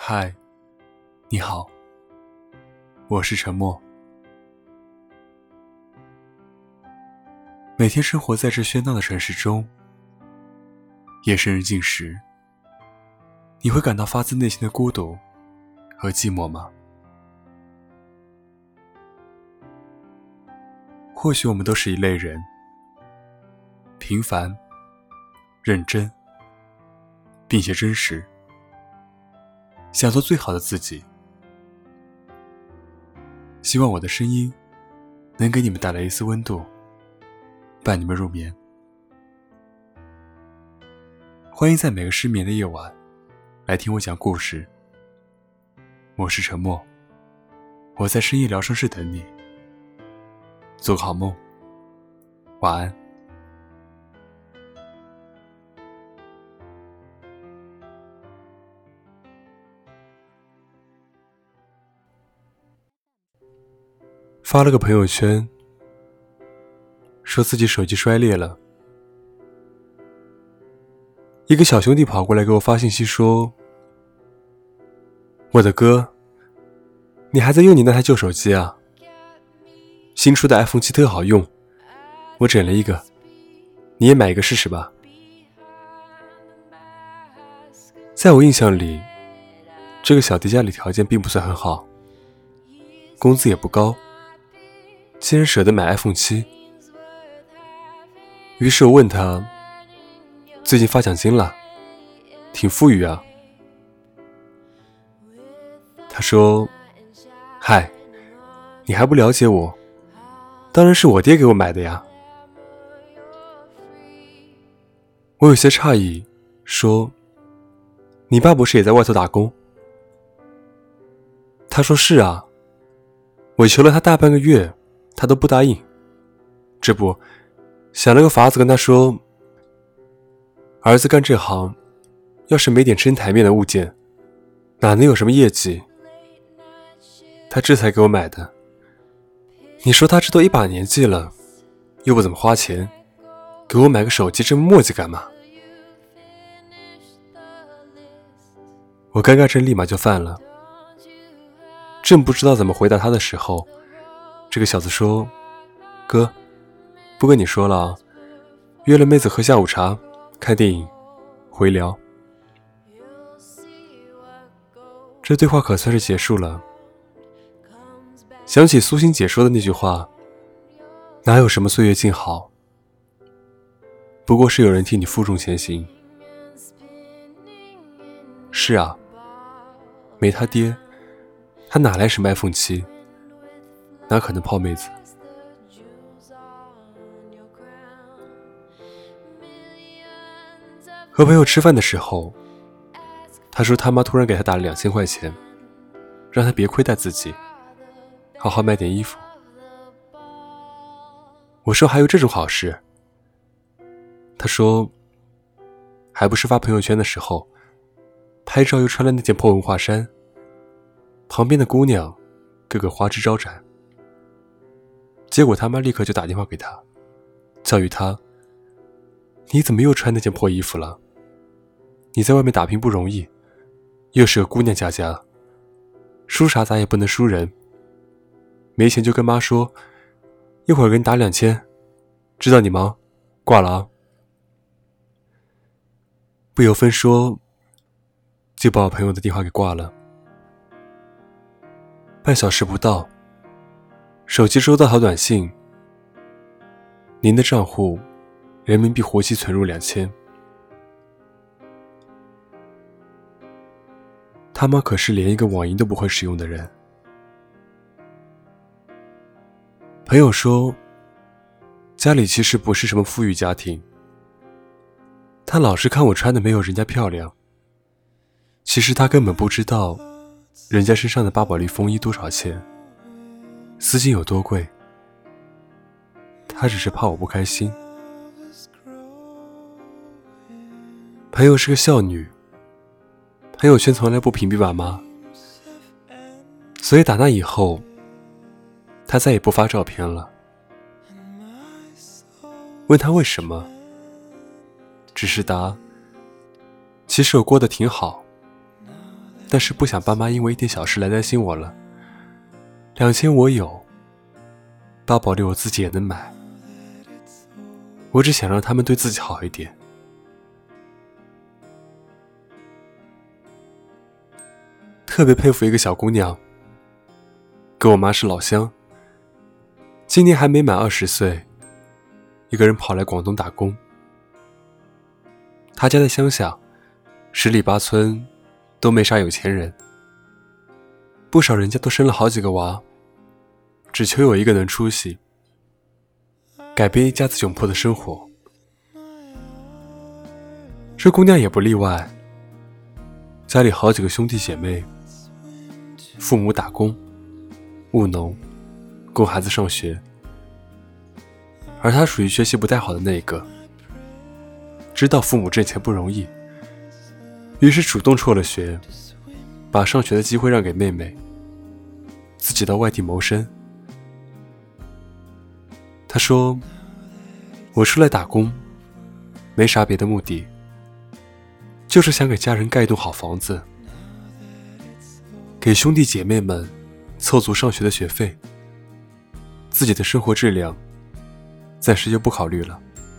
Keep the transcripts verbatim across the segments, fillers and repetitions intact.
嗨，你好，我是沉默。每天生活在这喧闹的城市中，夜深人静时，你会感到发自内心的孤独和寂寞吗？或许我们都是一类人，平凡、认真，并且真实，想做最好的自己。希望我的声音能给你们带来一丝温度，伴你们入眠。欢迎在每个失眠的夜晚来听我讲故事。我是沉默，我在深夜疗伤室等你。做个好梦，晚安。发了个朋友圈，说自己手机摔裂了。一个小兄弟跑过来给我发信息说，我的哥，你还在用你那台旧手机啊？新出的 iPhone 七特好用，我整了一个，你也买一个试试吧。在我印象里，这个小弟家里条件并不算很好，工资也不高，竟然舍得买 iPhone 七。于是我问他，最近发奖金了，挺富裕啊。他说，嗨，你还不了解我，当然是我爹给我买的呀。我有些诧异，说，你爸不是也在外头打工？他说是啊，我求了他大半个月，他都不答应。这不，想了个法子跟他说，儿子干这行，要是没点撑台面的物件，哪能有什么业绩？他这才给我买的。你说他这都一把年纪了，又不怎么花钱，给我买个手机这么磨叽干嘛？我尴尬症立马就犯了，正不知道怎么回答他的时候，这个小子说，哥，不跟你说了啊，约了妹子喝下午茶，看电影，回聊。这对话可算是结束了。想起苏欣姐说的那句话，哪有什么岁月静好，不过是有人替你负重前行。是啊，没他爹，他哪来什么 iPhone 七，哪可能泡妹子？和朋友吃饭的时候，他说他妈突然给他打了两千块钱，让他别亏待自己，好好买点衣服。我说还有这种好事？他说还不是发朋友圈的时候，拍照又穿了那件破文化衫，旁边的姑娘个个花枝招展，结果他妈立刻就打电话给他，教育他，你怎么又穿那件破衣服了？你在外面打拼不容易，又是个姑娘家家，输啥咱也不能输人，没钱就跟妈说，一会儿给你打两千，知道你忙，挂了啊。不由分说就把我朋友的电话给挂了。半小时不到，手机收到条短信，您的账户人民币活期存入两千。他妈可是连一个网银都不会使用的人。朋友说，家里其实不是什么富裕家庭，他老是看我穿的没有人家漂亮，其实他根本不知道人家身上的巴宝莉风衣多少钱，丝巾有多贵，他只是怕我不开心。朋友是个孝女，朋友圈从来不屏蔽爸妈，所以打那以后，他再也不发照片了。问他为什么，只是答，其实我过得挺好， 但是不想爸妈因为一点小事来担心我了。两千我有，八宝莉我自己也能买，我只想让他们对自己好一点。特别佩服一个小姑娘，跟我妈是老乡，今年还没满二十岁，一个人跑来广东打工。她家在乡下，十里八村都没啥有钱人，不少人家都生了好几个娃，只求有一个能出息，改变一家子窘迫的生活。这姑娘也不例外，家里好几个兄弟姐妹，父母打工务农供孩子上学，而她属于学习不太好的那一个，知道父母挣钱不容易，于是主动辍了学，把上学的机会让给妹妹，自己到外地谋生。她说，我出来打工没啥别的目的，就是想给家人盖一栋好房子，给兄弟姐妹们凑足上学的学费，自己的生活质量暂时就不考虑了。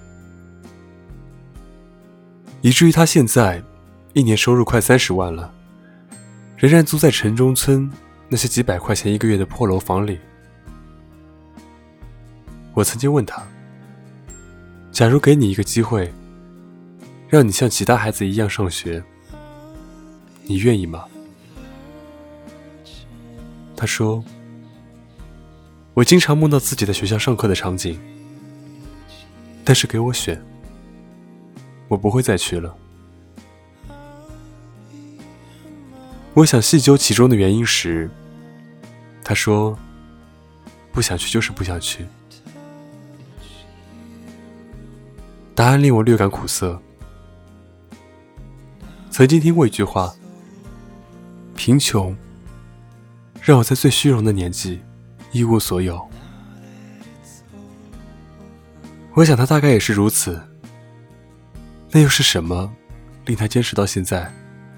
以至于他现在一年收入快三十万了，仍然租在城中村那些几百块钱一个月的破楼房里。我曾经问他，假如给你一个机会，让你像其他孩子一样上学，你愿意吗？他说，我经常梦到自己在学校上课的场景，但是给我选，我不会再去了。我想细究其中的原因时，他说，不想去就是不想去。答案令我略感苦涩。曾经听过一句话，贫穷让我在最虚荣的年纪一无所有。我想他大概也是如此。那又是什么令他坚持到现在？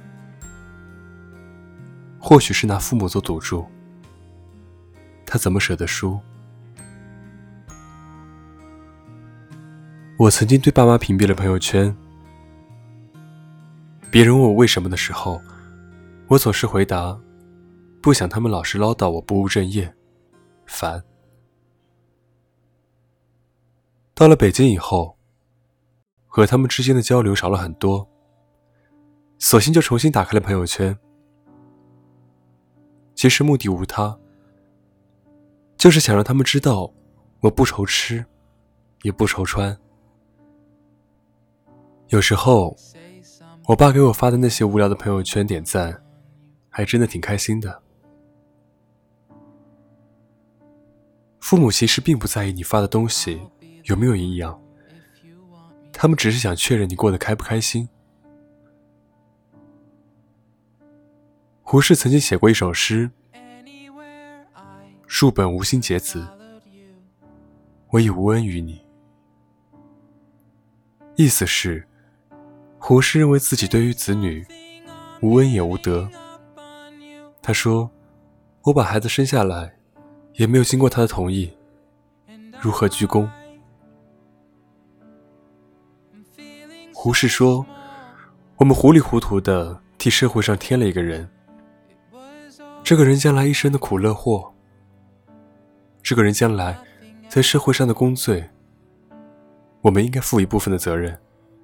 或许是拿父母做赌注，他怎么舍得输？我曾经对爸妈屏蔽了朋友圈，别人问我为什么的时候，我总是回答，不想他们老是唠叨我不务正业，烦。到了北京以后，和他们之间的交流少了很多，索性就重新打开了朋友圈。其实目的无他，就是想让他们知道我不愁吃，也不愁穿。有时候我爸给我发的那些无聊的朋友圈点赞，还真的挺开心的。父母其实并不在意你发的东西有没有营养，他们只是想确认你过得开不开心。胡适曾经写过一首诗，树本无心结子，我已无恩于你。意思是，胡适认为自己对于子女无恩也无德。他说，我把孩子生下来也没有经过他的同意，如何鞠躬？胡适说，我们糊里糊涂地替社会上添了一个人，这个人将来一生的苦乐祸，这个人将来在社会上的功罪，我们应该负一部分的责任。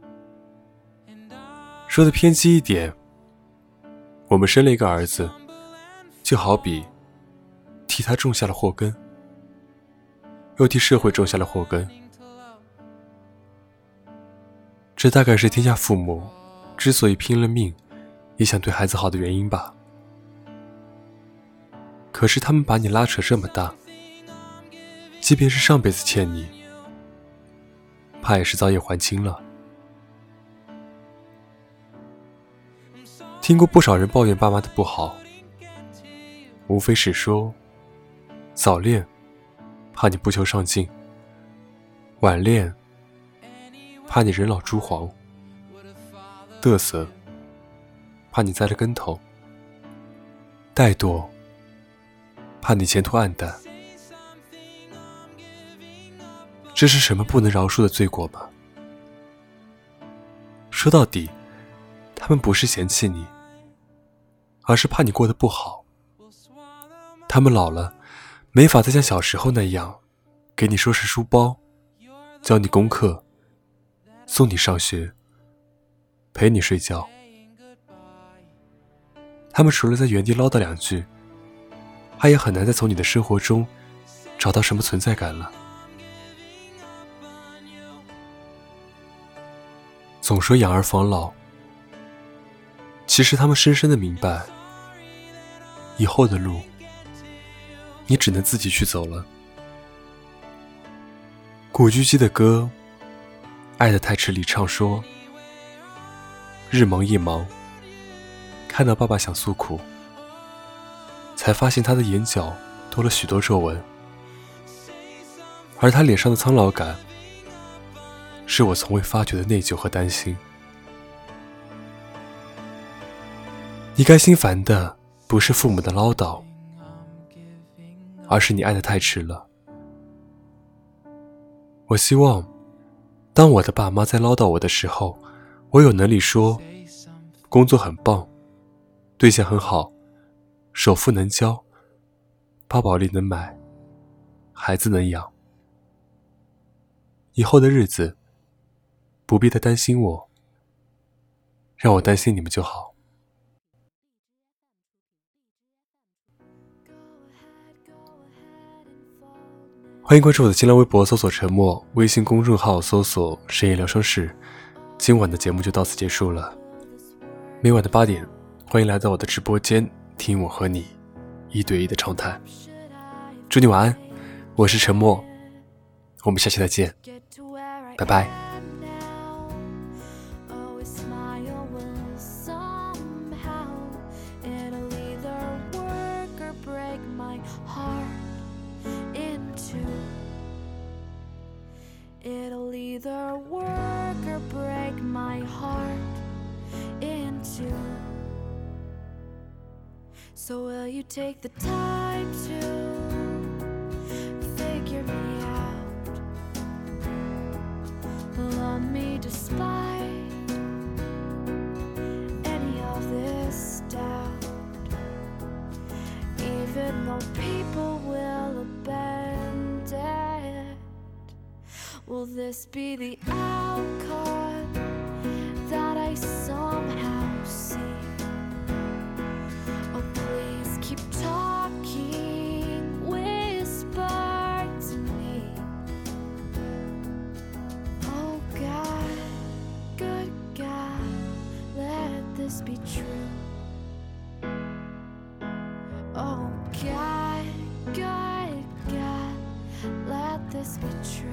说的偏激一点，我们生了一个儿子，就好比替他种下了祸根，又替社会种下了祸根。这大概是天下父母之所以拼了命也想对孩子好的原因吧。可是他们把你拉扯这么大，即便是上辈子欠你，怕也是早已还清了。听过不少人抱怨爸妈的不好，无非是说，早恋怕你不求上进，晚恋怕你人老珠黄，嘚瑟怕你栽了跟头， 怠惰，怕你前途黯淡。这是什么不能饶恕的罪过吗？说到底，他们不是嫌弃你，而是怕你过得不好。他们老了，没法再像小时候那样给你收拾书包，教你功课，送你上学，陪你睡觉。他们除了在原地唠叨两句，他也很难再从你的生活中找到什么存在感了。总说养儿防老，其实他们深深的明白，以后的路你只能自己去走了。古巨基的歌《爱得太迟》里唱说，日忙夜忙，看到爸爸想诉苦，才发现他的眼角多了许多皱纹，而他脸上的苍老感，是我从未发觉的内疚和担心。你该心烦的不是父母的唠叨，而是你爱得太迟了。我希望当我的爸妈在唠叨我的时候，我有能力说工作很棒，对象很好，首付能交，包宝莉能买，孩子能养。以后的日子不必再担心我，让我担心你们就好。欢迎关注我的新浪微博，搜索沉默，微信公众号搜索深夜疗伤室。今晚的节目就到此结束了。每晚的八点，欢迎来到我的直播间，听我和你一对一的长谈。祝你晚安，我是沉默，我们下期再见，拜拜。 It'll either work or break my heart in two. So will you take the time to figure me out? Love me despite any of this doubt. Even though people will abandon, will this be the outcome that I somehow see? Oh, please keep talking, whisper to me. Oh God, good God, let this be true. Oh God, good God, let this be true.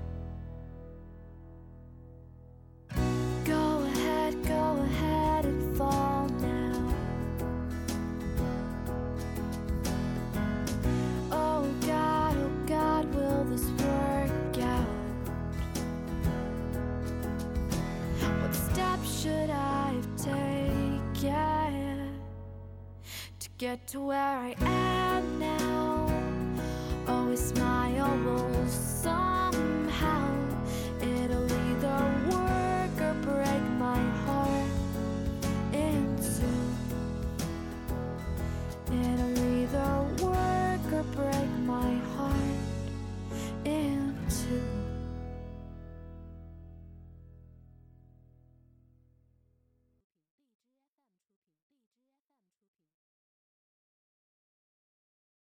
Should I have taken to get to where I am now? Oh, is my old sun